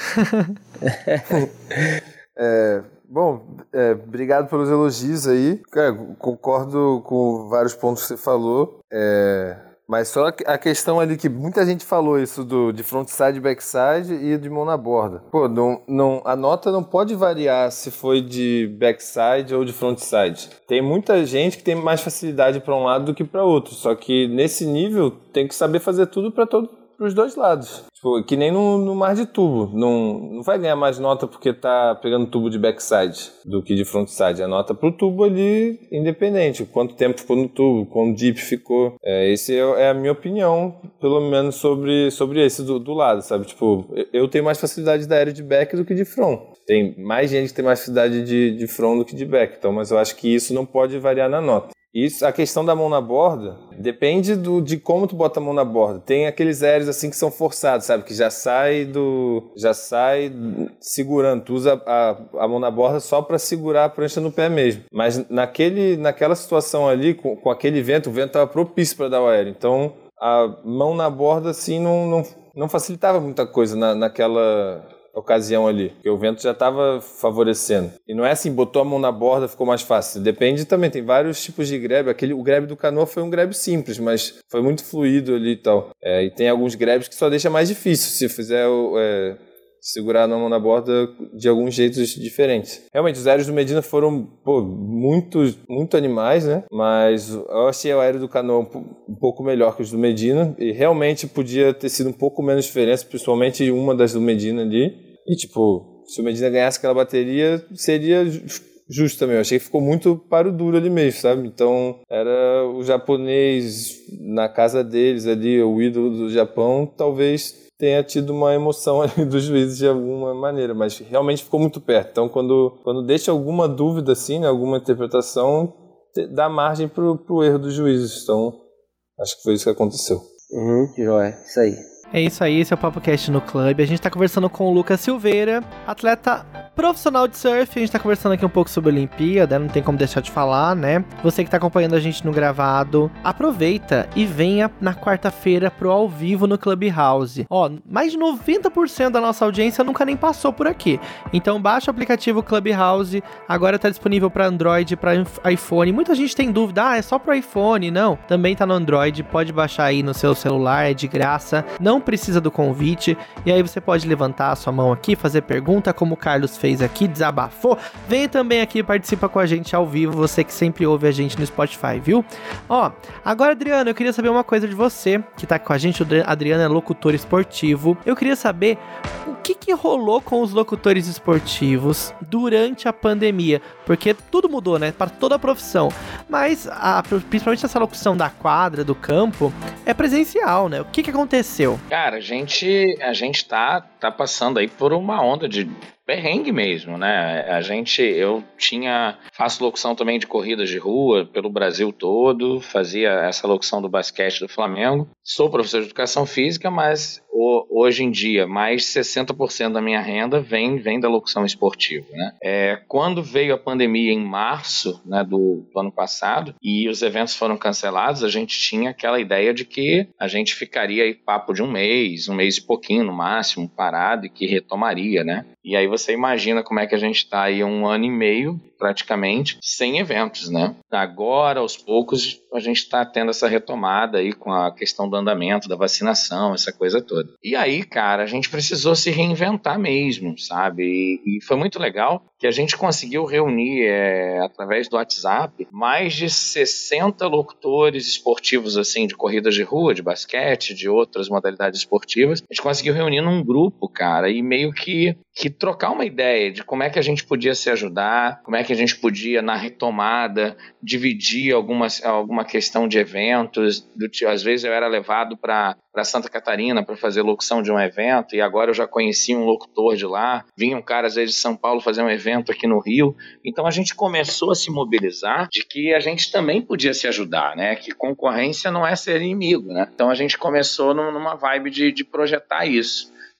É, bom, é, obrigado pelos elogios aí. Cara, concordo com vários pontos que você falou. É, mas só a questão ali que muita gente falou isso do, de frontside, backside e de mão na borda. Pô, não, não, a nota não pode variar se foi de backside ou de frontside. Tem muita gente que tem mais facilidade para um lado do que para outro. Só que nesse nível tem que saber fazer tudo para todo pros dois lados. Tipo, que nem no, no mar de tubo. Não, não vai ganhar mais nota porque tá pegando tubo de backside do que de frontside. A nota pro tubo ali, independente. Quanto tempo ficou no tubo, quão deep ficou. É, esse é, é a minha opinião, pelo menos, sobre, sobre esse do, do lado, sabe? Tipo, eu tenho mais facilidade da aéreo de back do que de front. Tem mais gente que tem mais facilidade de, de front do que de back. Então, mas eu acho que isso não pode variar na nota. Isso, a questão da mão na borda depende do, de como tu bota a mão na borda. Tem aqueles aéreos assim que são forçados, sabe? Que já sai do. Já sai segurando. Tu usa a, a mão na borda só pra segurar a prancha no pé mesmo. Mas naquele, naquela situação ali, com, com aquele vento, o vento tava propício pra dar o aéreo. Então a mão na borda assim não, não, não facilitava muita coisa na, naquela ocasião ali, porque o vento já estava favorecendo. E não é assim, botou a mão na borda, ficou mais fácil. Depende também, tem vários tipos de grab. Aquele, o grab do canoa foi um grab simples, mas foi muito fluido ali e tal. É, e tem alguns grabs que só deixa mais difícil, se fizer é, segurar a mão na borda de alguns jeitos diferentes. Realmente, os aéreos do Medina foram pô, muito, muito animais, né? Mas eu achei o aéreo do canoa um, um pouco melhor que os do Medina, e realmente podia ter sido um pouco menos diferença, principalmente uma das do Medina ali. E, tipo, se o Medina ganhasse aquela bateria, seria justo também. Eu achei que ficou muito paro duro ali mesmo, sabe? Então, era o japonês na casa deles ali, o ídolo do Japão, talvez tenha tido uma emoção ali dos juízes de alguma maneira, mas realmente ficou muito perto. Então, quando, quando deixa alguma dúvida, assim, né, alguma interpretação, dá margem pro, pro erro dos juízes. Então, acho que foi isso que aconteceu. Uhum, joia, isso aí. É isso aí, esse é o PapoCast no Clube. A gente tá conversando com o Lucas Silveira, atleta profissional de surf. A gente tá conversando aqui um pouco sobre a Olimpíada, não tem como deixar de falar, né? Você que tá acompanhando a gente no gravado, aproveita e venha na quarta-feira pro ao vivo no Clubhouse. Ó, mais de noventa por cento da nossa audiência nunca nem passou por aqui. Então baixa o aplicativo Clubhouse, agora tá disponível para Android, para iPhone. Muita gente tem dúvida, ah, é só pro iPhone. Não, também tá no Android, pode baixar aí no seu celular, é de graça. Não precisa do convite, e aí você pode levantar a sua mão aqui, fazer pergunta, como o Carlos fez aqui, desabafou. Venha também aqui, participa com a gente ao vivo, você que sempre ouve a gente no Spotify, viu? Ó, agora, Adriano, eu queria saber uma coisa de você, que tá com a gente. O Adriano é locutor esportivo. Eu queria saber o que que rolou com os locutores esportivos durante a pandemia, porque tudo mudou, né, para toda a profissão, mas a, principalmente essa locução da quadra, do campo, é presencial, né? O que que aconteceu? Cara, a gente, a gente tá, tá passando aí por uma onda de perrengue mesmo, né? A gente, eu tinha, faço locução também de corridas de rua pelo Brasil todo, fazia essa locução do basquete do Flamengo. Sou professor de educação física, mas o, hoje em dia mais de sessenta por cento da minha renda vem, vem da locução esportiva, né? É, quando veio a pandemia em março, né, do, do ano passado, e os eventos foram cancelados, a gente tinha aquela ideia de que a gente ficaria aí papo de um mês, um mês e pouquinho no máximo, parado, e que retomaria, né? E aí você imagina como é que a gente está aí um ano e meio, praticamente, sem eventos, né? Agora, aos poucos, a gente está tendo essa retomada aí com a questão do andamento, da vacinação, essa coisa toda. E aí, cara, a gente precisou se reinventar mesmo, sabe? E, e foi muito legal que a gente conseguiu reunir, é, através do WhatsApp, mais de sessenta locutores esportivos, assim, de corridas de rua, de basquete, de outras modalidades esportivas. A gente conseguiu reunir num grupo, cara, e meio que, que trocar uma ideia de como é que a gente podia se ajudar, como é que a gente podia, na retomada, dividir algumas, alguma questão de eventos. Do, às vezes eu era levado para Santa Catarina para fazer locução de um evento, e agora eu já conheci um locutor de lá. Vinha um cara, às vezes, de São Paulo fazer um evento aqui no Rio. Então a gente começou a se mobilizar de que a gente também podia se ajudar, né? Que concorrência não é ser inimigo, né? Então a gente começou numa vibe de, de projetar isso.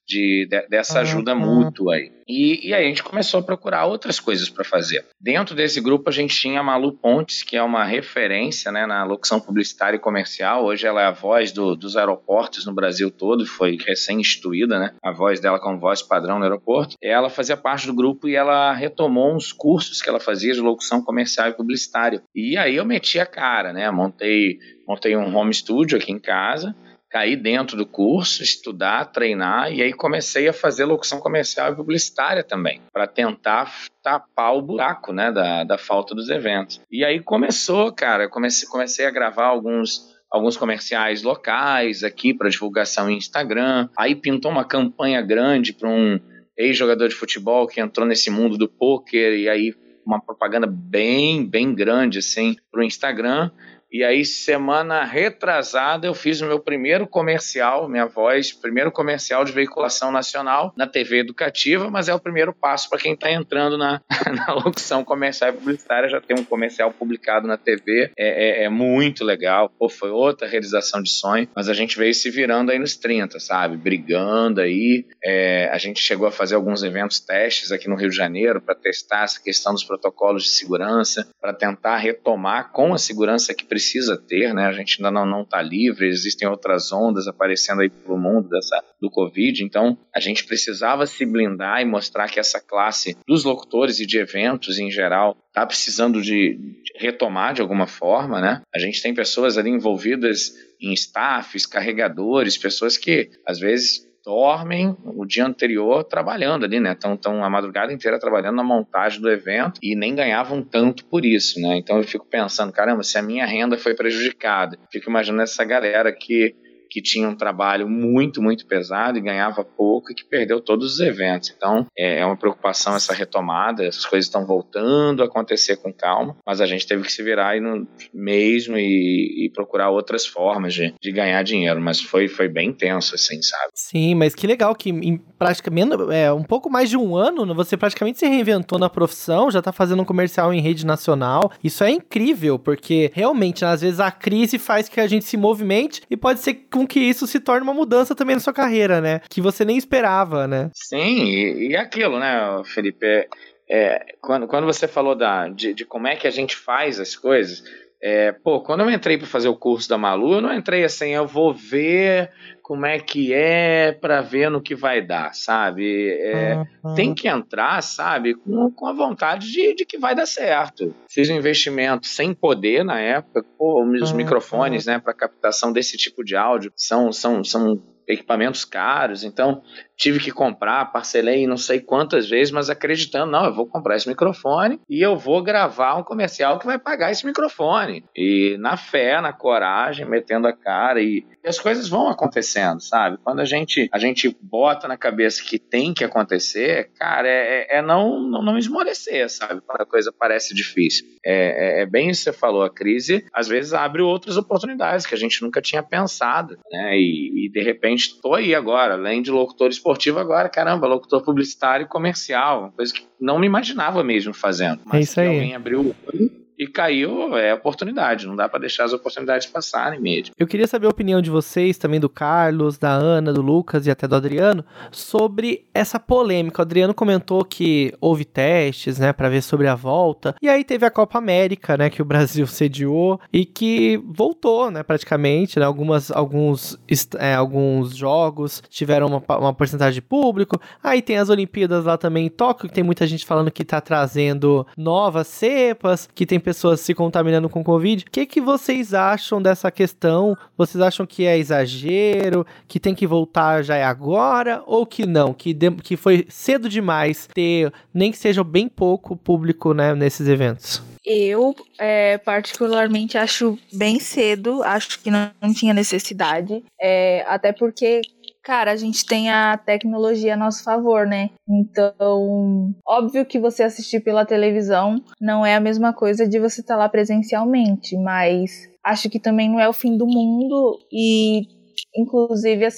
de, de, dessa ajuda uhum. mútua aí. E, e aí a gente começou a procurar outras coisas para fazer. Dentro desse grupo a gente tinha a Malu Pontes, que é uma referência, né, na locução publicitária e comercial. Hoje ela é a voz do, dos aeroportos no Brasil todo, foi recém-instituída, né, a voz dela como voz padrão no aeroporto. Ela fazia parte do grupo e ela retomou uns cursos que ela fazia de locução comercial e publicitária. E aí eu meti a cara, né, montei, montei um home studio aqui em casa, caí dentro do curso, estudar, treinar, e aí comecei a fazer locução comercial e publicitária também, para tentar tapar o buraco, né, da, da falta dos eventos. E aí começou, cara, comecei, comecei a gravar alguns, alguns comerciais locais aqui para divulgação em Instagram, aí pintou uma campanha grande para um ex-jogador de futebol que entrou nesse mundo do pôquer, e aí uma propaganda bem, bem grande, assim, para o Instagram. E aí, semana retrasada, eu fiz o meu primeiro comercial, minha voz, primeiro comercial de veiculação nacional na T V educativa, mas é o primeiro passo para quem está entrando na, na locução comercial e publicitária, já tem um comercial publicado na T V, é, é, é muito legal. Pô, foi outra realização de sonho, mas a gente veio se virando aí nos trinta, sabe? Brigando aí, é, a gente chegou a fazer alguns eventos testes aqui no Rio de Janeiro para testar essa questão dos protocolos de segurança, para tentar retomar com a segurança que precisa precisa ter, né? A gente ainda não não está livre, existem outras ondas aparecendo aí pelo mundo dessa, do Covid, então a gente precisava se blindar e mostrar que essa classe dos locutores e de eventos em geral está precisando de, de retomar de alguma forma, né? A gente tem pessoas ali envolvidas em staffs, carregadores, pessoas que às vezes dormem o dia anterior trabalhando ali, né? Estão tão a madrugada inteira trabalhando na montagem do evento e nem ganhavam tanto por isso, né? Então eu fico pensando, caramba, se a minha renda foi prejudicada, fico imaginando essa galera que que tinha um trabalho muito, muito pesado e ganhava pouco e que perdeu todos os eventos. Então, é uma preocupação essa retomada, essas coisas estão voltando a acontecer com calma, mas a gente teve que se virar aí no mesmo e, e procurar outras formas de, de ganhar dinheiro, mas foi, foi bem intenso, assim, sabe? Sim, mas que legal que em praticamente, é, um pouco mais de um ano, você praticamente se reinventou na profissão, já tá fazendo um comercial em rede nacional. Isso é incrível, porque realmente, às vezes, a crise faz que a gente se movimente e pode ser com que isso se torne uma mudança também na sua carreira, né? Que você nem esperava, né? Sim, e, e aquilo, né, Felipe? É, é, quando, quando você falou da, de, de como é que a gente faz as coisas, é, pô, quando eu entrei para fazer o curso da Malu, eu não entrei assim, eu vou ver como é que é para ver no que vai dar, sabe? É, uhum. Tem que entrar, sabe, com, com a vontade de, de que vai dar certo. Fiz um investimento sem poder na época, pô, os uhum. microfones, né, para captação desse tipo de áudio são, são, são equipamentos caros, então tive que comprar, parcelei não sei quantas vezes, mas acreditando, não, eu vou comprar esse microfone e eu vou gravar um comercial que vai pagar esse microfone. E na fé, na coragem, metendo a cara, e, e as coisas vão acontecendo, sabe? Quando a gente, a gente bota na cabeça que tem que acontecer, cara, é, é não, não, não esmorecer, sabe? Quando a coisa parece difícil. É, é, é bem isso que você falou, a crise às vezes abre outras oportunidades que a gente nunca tinha pensado, né? E, e de repente estou aí agora, além de locutor esportivo, agora, caramba, locutor publicitário e comercial, uma coisa que não me imaginava mesmo fazendo. Mas é isso aí. Alguém abriu o olho e caiu, é oportunidade, não dá pra deixar as oportunidades passarem mesmo. Eu queria saber a opinião de vocês, também do Carlos, da Ana, do Lucas e até do Adriano, sobre essa polêmica. O Adriano comentou que houve testes, né, pra ver sobre a volta, e aí teve a Copa América, né, que o Brasil sediou e que voltou, né, praticamente, né, algumas, alguns, é, alguns jogos tiveram uma, uma porcentagem de público, aí tem as Olimpíadas lá também em Tóquio, que tem muita gente falando que tá trazendo novas cepas, que tem pessoas se contaminando com Covid. O que, que vocês acham dessa questão? Vocês acham que é exagero? Que tem que voltar já é agora? Ou que não? Que, de, que foi cedo demais ter, nem que seja bem pouco público, né, nesses eventos? Eu, é, particularmente, acho bem cedo. Acho que não, não tinha necessidade. É, até porque... Cara, a gente tem a tecnologia a nosso favor, né? Então, óbvio que você assistir pela televisão não é a mesma coisa de você estar lá presencialmente, mas acho que também não é o fim do mundo e, inclusive, assim,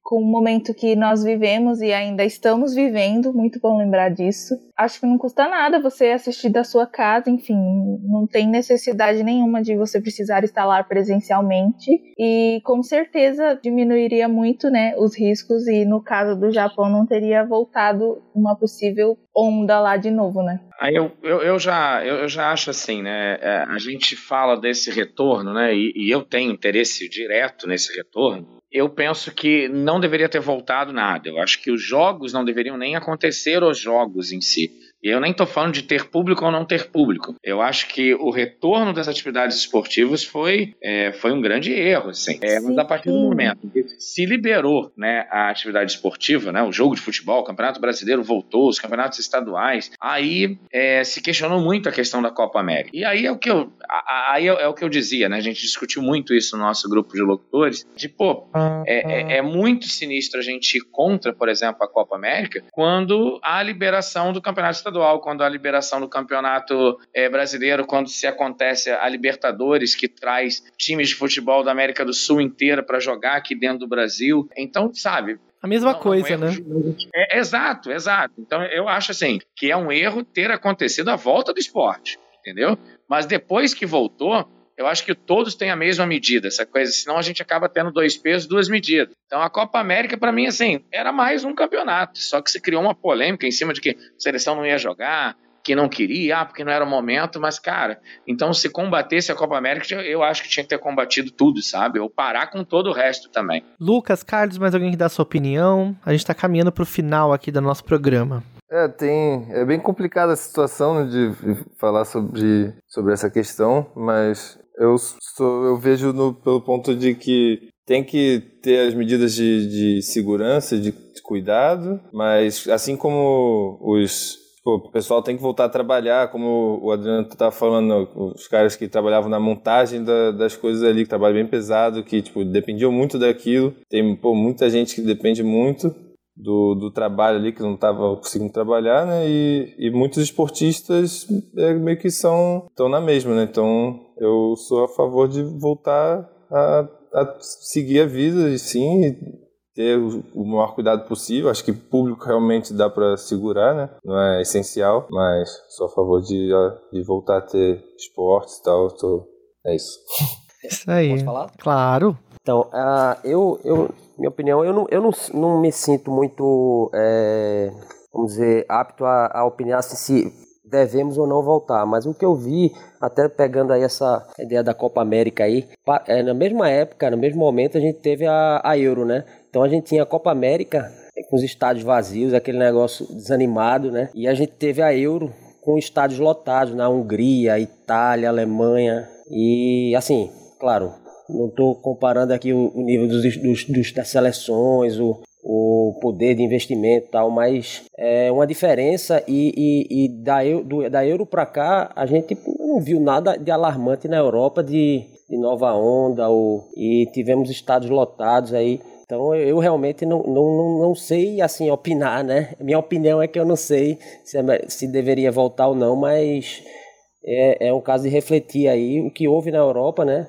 com o momento que nós vivemos e ainda estamos vivendo, muito bom lembrar disso. Acho que não custa nada você assistir da sua casa, enfim, não tem necessidade nenhuma de você precisar estar lá presencialmente e com certeza diminuiria muito, né, os riscos e no caso do Japão não teria voltado uma possível onda lá de novo, né? Aí eu, eu, eu, já, eu, eu já acho assim, né, é, a gente fala desse retorno, né, e, e eu tenho interesse direto nesse retorno. Eu penso que não deveria ter voltado nada. Eu acho que os jogos não deveriam nem acontecer, os jogos em si. E eu nem estou falando de ter público ou não ter público. Eu acho que o retorno das atividades esportivas foi, é, foi um grande erro. Assim. É, mas a partir do momento que se liberou, né, a atividade esportiva, né, o jogo de futebol, o Campeonato Brasileiro voltou, os campeonatos estaduais, aí é, se questionou muito a questão da Copa América. E aí é o que eu, aí é, é o que eu dizia, né, a gente discutiu muito isso no nosso grupo de locutores, de pô, é, é, é muito sinistro a gente ir contra, por exemplo, a Copa América, quando há a liberação do Campeonato Estadual, quando há a liberação do Campeonato é, Brasileiro, quando se acontece a Libertadores, que traz times de futebol da América do Sul inteira para jogar aqui dentro do Brasil. Então, sabe... A mesma não, coisa, não é um né? É, exato, exato. Então, eu acho assim, que é um erro ter acontecido a volta do esporte, entendeu? Mas depois que voltou, eu acho que todos têm a mesma medida, essa coisa, senão a gente acaba tendo dois pesos, duas medidas. Então a Copa América, para mim, assim, era mais um campeonato, só que se criou uma polêmica em cima de que a seleção não ia jogar, que não queria, ah, porque não era o momento, mas, cara, então se combatesse a Copa América, eu acho que tinha que ter combatido tudo, sabe? Ou parar com todo o resto também. Lucas, Carlos, mais alguém que dá a sua opinião? A gente tá caminhando pro final aqui do nosso programa. É, tem, é bem complicada a situação, né, de falar sobre, sobre essa questão, mas eu, sou, eu vejo no, pelo ponto de que tem que ter as medidas de, de segurança, de, de cuidado, mas assim como os, pô, o pessoal tem que voltar a trabalhar, como o Adriano estava falando, os caras que trabalhavam na montagem da, das coisas ali, que trabalham bem pesado, que tipo, dependiam muito daquilo, tem pô, muita gente que depende muito Do, do trabalho ali, que não estava conseguindo trabalhar, né, e, e muitos esportistas é, meio que são, estão na mesma, né, então eu sou a favor de voltar a, a seguir a vida, e sim, ter o, o maior cuidado possível. Acho que público realmente dá para segurar, né, não é essencial, mas sou a favor de, de voltar a ter esportes e tal, tô, é isso. Isso aí. Posso falar? Claro. Então, uh, eu, eu, minha opinião, eu não, eu não, não me sinto muito, é, vamos dizer, apto a, a opinar assim, se devemos ou não voltar, mas o que eu vi, até pegando aí essa ideia da Copa América aí, é, na mesma época, no mesmo momento, a gente teve a, a Euro, né? Então a gente tinha a Copa América com os estádios vazios, aquele negócio desanimado, né? E a gente teve a Euro com estádios lotados na Hungria, Itália, Alemanha, e assim, claro, não estou comparando aqui o, o nível dos, dos, dos, das seleções, o, o poder de investimento e tal, mas é uma diferença e, e, e da, do, da Euro para cá a gente não viu nada de alarmante na Europa de, de nova onda, ou, e tivemos estádios lotados aí. Então eu realmente não, não, não sei assim opinar, né? Minha opinião é que eu não sei se, é, se deveria voltar ou não, mas é, é um caso de refletir aí o que houve na Europa, né?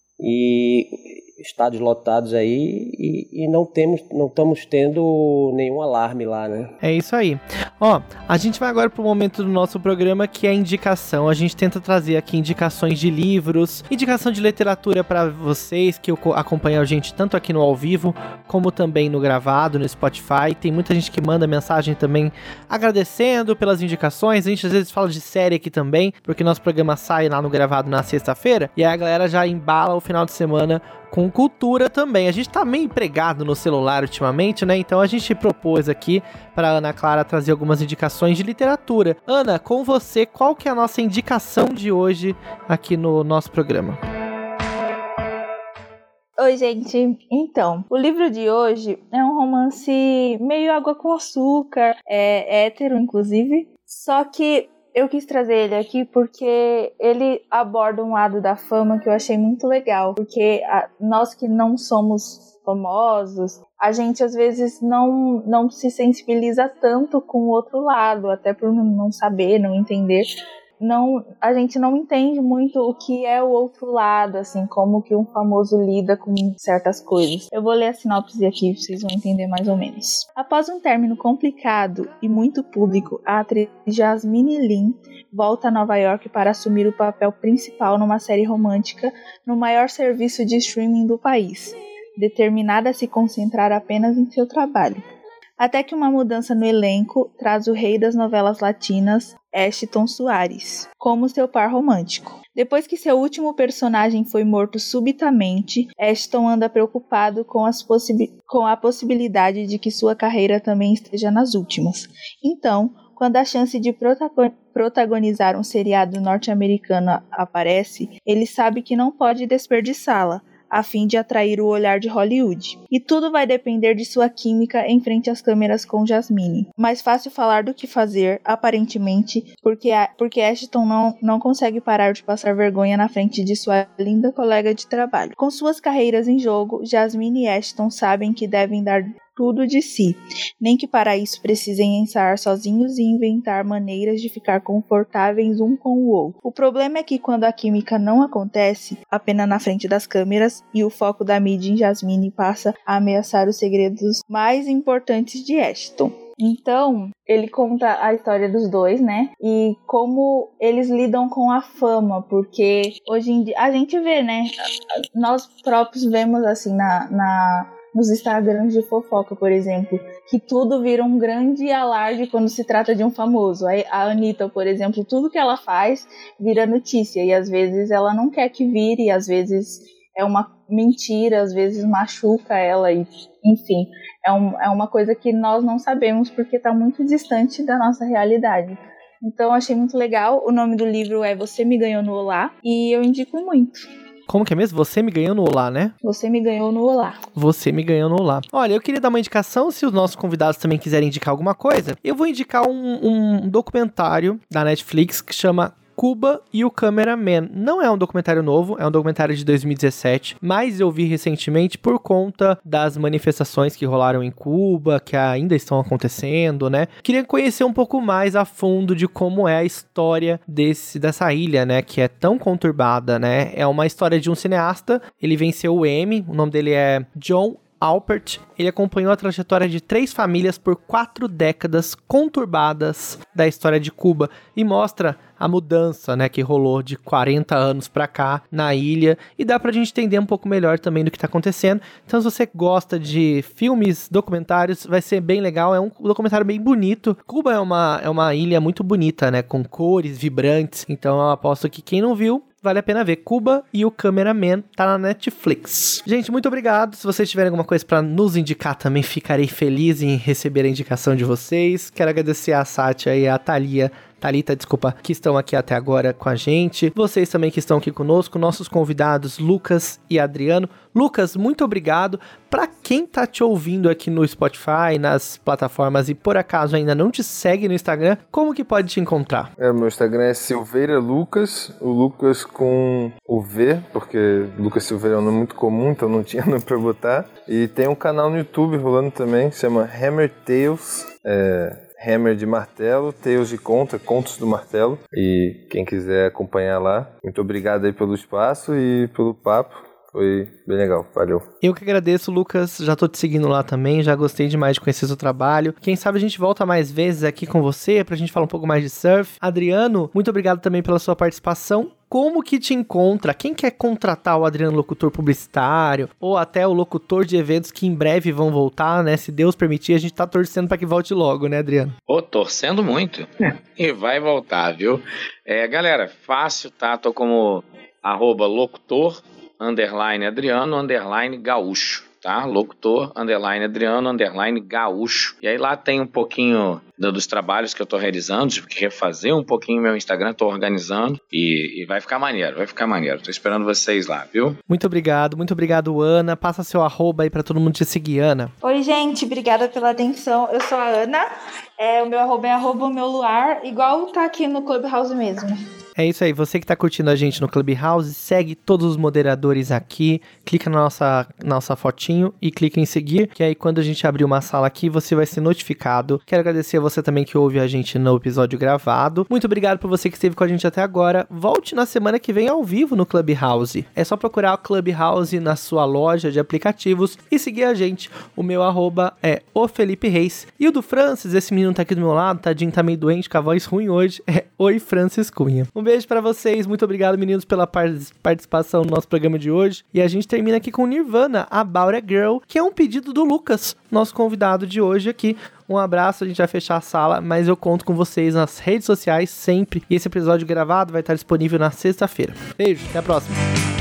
E estádios lotados aí e, e não temos, não estamos tendo nenhum alarme lá, né? É isso aí. Ó, a gente vai agora pro momento do nosso programa que é a indicação. A gente tenta trazer aqui indicações de livros, indicação de literatura para vocês que acompanham a gente tanto aqui no ao vivo como também no gravado, no Spotify. Tem muita gente que manda mensagem também agradecendo pelas indicações. A gente às vezes fala de série aqui também, porque nosso programa sai lá no gravado na sexta-feira e aí a galera já embala o final de semana com cultura também. A gente tá meio empregado no celular ultimamente, né? Então a gente propôs aqui para Ana Clara trazer algumas indicações de literatura. Ana, com você, qual que é a nossa indicação de hoje aqui no nosso programa? Oi, gente. Então, o livro de hoje é um romance meio água com açúcar, é hétero, inclusive, só que eu quis trazer ele aqui porque ele aborda um lado da fama que eu achei muito legal. Porque a, nós que não somos famosos, a gente às vezes não, não se sensibiliza tanto com o outro lado, até por não saber, não entender. não, a gente não entende muito o que é o outro lado, assim, como que um famoso lida com certas coisas. Eu vou ler a sinopse aqui, vocês vão entender mais ou menos. Após um término complicado e muito público, a atriz Jasmine Lin volta a Nova York para assumir o papel principal numa série romântica no maior serviço de streaming do país, determinada a se concentrar apenas em seu trabalho. Até que uma mudança no elenco traz o rei das novelas latinas, Ashton Soares, como seu par romântico. Depois que seu último personagem foi morto subitamente, Ashton anda preocupado com, as possi- com a possibilidade de que sua carreira também esteja nas últimas. Então, quando a chance de protagon- protagonizar um seriado norte-americano aparece, ele sabe que não pode desperdiçá-la, a fim de atrair o olhar de Hollywood. E tudo vai depender de sua química em frente às câmeras com Jasmine. Mais fácil falar do que fazer, aparentemente, porque, a, porque Ashton não, não consegue parar de passar vergonha na frente de sua linda colega de trabalho. Com suas carreiras em jogo, Jasmine e Ashton sabem que devem dar tudo de si, nem que para isso precisem ensaiar sozinhos e inventar maneiras de ficar confortáveis um com o outro. O problema é que quando a química não acontece, apenas na frente das câmeras, e o foco da mídia em Jasmine passa a ameaçar os segredos mais importantes de Ashton. Então, ele conta a história dos dois, né? E como eles lidam com a fama, porque hoje em dia a gente vê, né? Nós próprios vemos assim na... na nos Instagrams de fofoca, por exemplo, que tudo vira um grande alarde quando se trata de um famoso. A Anitta, por exemplo, tudo que ela faz vira notícia, e às vezes ela não quer que vire, e às vezes é uma mentira, às vezes machuca ela, e, enfim, é, um, é uma coisa que nós não sabemos porque está muito distante da nossa realidade. Então, achei muito legal. O nome do livro é Você Me Ganhou no Olá, e eu indico muito. Como que é mesmo? Você me ganhou no Olá, né? Você me ganhou no Olá. Você me ganhou no Olá. Olha, eu queria dar uma indicação, se os nossos convidados também quiserem indicar alguma coisa. Eu vou indicar um, um documentário da Netflix que chama Cuba e o Cameraman. Não é um documentário novo, é um documentário de dois mil e dezessete, mas eu vi recentemente por conta das manifestações que rolaram em Cuba, que ainda estão acontecendo, né? Queria conhecer um pouco mais a fundo de como é a história desse, dessa ilha, né? Que é tão conturbada, né? É uma história de um cineasta, ele venceu o Emmy, o nome dele é John Alpert. Ele acompanhou a trajetória de três famílias por quatro décadas conturbadas da história de Cuba e mostra a mudança, né, que rolou de quarenta anos pra cá na ilha, e dá pra gente entender um pouco melhor também do que tá acontecendo. Então, se você gosta de filmes, documentários, vai ser bem legal. É um documentário bem bonito. Cuba é uma, é uma ilha muito bonita, né, com cores vibrantes. Então, eu aposto que quem não viu, vale a pena ver. Cuba e o Cameraman, tá na Netflix. Gente, muito obrigado. Se vocês tiverem alguma coisa pra nos indicar também, ficarei feliz em receber a indicação de vocês. Quero agradecer a Sátia e a Thalia, Thalita, desculpa, que estão aqui até agora com a gente. Vocês também que estão aqui conosco, nossos convidados Lucas e Adriano. Lucas, muito obrigado. Pra quem tá te ouvindo aqui no Spotify, nas plataformas, e por acaso ainda não te segue no Instagram, como que pode te encontrar? É, meu Instagram é Silveira Lucas, o Lucas com o V, porque Lucas Silveira é um nome muito comum, então não tinha nome pra botar. E tem um canal no YouTube rolando também, que chama Hammer Tales, é... Hammer de martelo, Tales de conta, contos do martelo. E quem quiser acompanhar lá, muito obrigado aí pelo espaço e pelo papo. Foi bem legal, valeu. Eu que agradeço, Lucas, já tô te seguindo lá também, já gostei demais de conhecer seu trabalho. Quem sabe a gente volta mais vezes aqui com você, pra gente falar um pouco mais de surf. Adriano, muito obrigado também pela sua participação. Como que te encontra? Quem quer contratar o Adriano locutor publicitário, ou até o locutor de eventos que em breve vão voltar, né? Se Deus permitir, a gente tá torcendo pra que volte logo, né, Adriano? Ô, torcendo muito. E vai voltar, viu? É, galera, fácil, tá? Tô como arroba locutor, underline Adriano, underline gaúcho, tá? Locutor, underline Adriano, underline gaúcho. E aí lá tem um pouquinho do, dos trabalhos que eu tô realizando, de refazer um pouquinho meu Instagram, tô organizando e, e vai ficar maneiro, vai ficar maneiro. Tô esperando vocês lá, viu? Muito obrigado, muito obrigado, Ana. Passa seu arroba aí pra todo mundo te seguir, Ana. Oi, gente, obrigada pela atenção. Eu sou a Ana, é, o meu arroba é arroba o meu luar, igual tá aqui no Clubhouse mesmo. É isso aí, você que tá curtindo a gente no Clubhouse, segue todos os moderadores aqui, clica na nossa, nossa fotinho e clica em seguir, que aí quando a gente abrir uma sala aqui, você vai ser notificado. Quero agradecer a você também que ouve a gente no episódio gravado. Muito obrigado por você que esteve com a gente até agora. Volte na semana que vem ao vivo no Clubhouse. É só procurar o Clubhouse na sua loja de aplicativos e seguir a gente. O meu arroba é o Felipe Reis. E o do Francis, esse menino tá aqui do meu lado, tadinho, tá meio doente, com a voz ruim hoje, é Oi Francis Cunha. Um beijo pra vocês, muito obrigado meninos pela participação no nosso programa de hoje. E a gente termina aqui com Nirvana, About a Girl, que é um pedido do Lucas, nosso convidado de hoje aqui. Um abraço, a gente vai fechar a sala, mas eu conto com vocês nas redes sociais sempre. E esse episódio gravado vai estar disponível na sexta-feira. Beijo, até a próxima.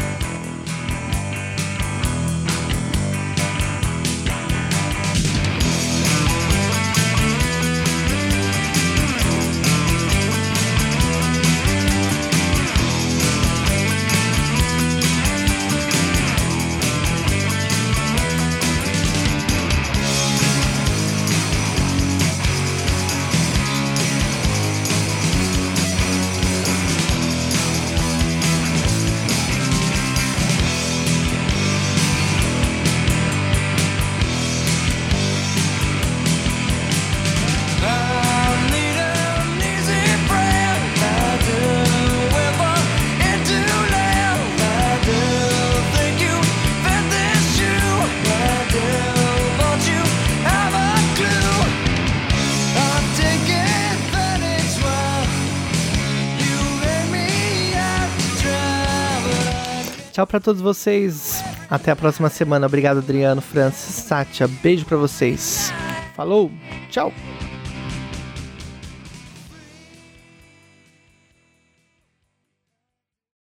Tchau pra todos vocês. Até a próxima semana. Obrigado, Adriano, Francis, Sátia. Beijo pra vocês. Falou. Tchau.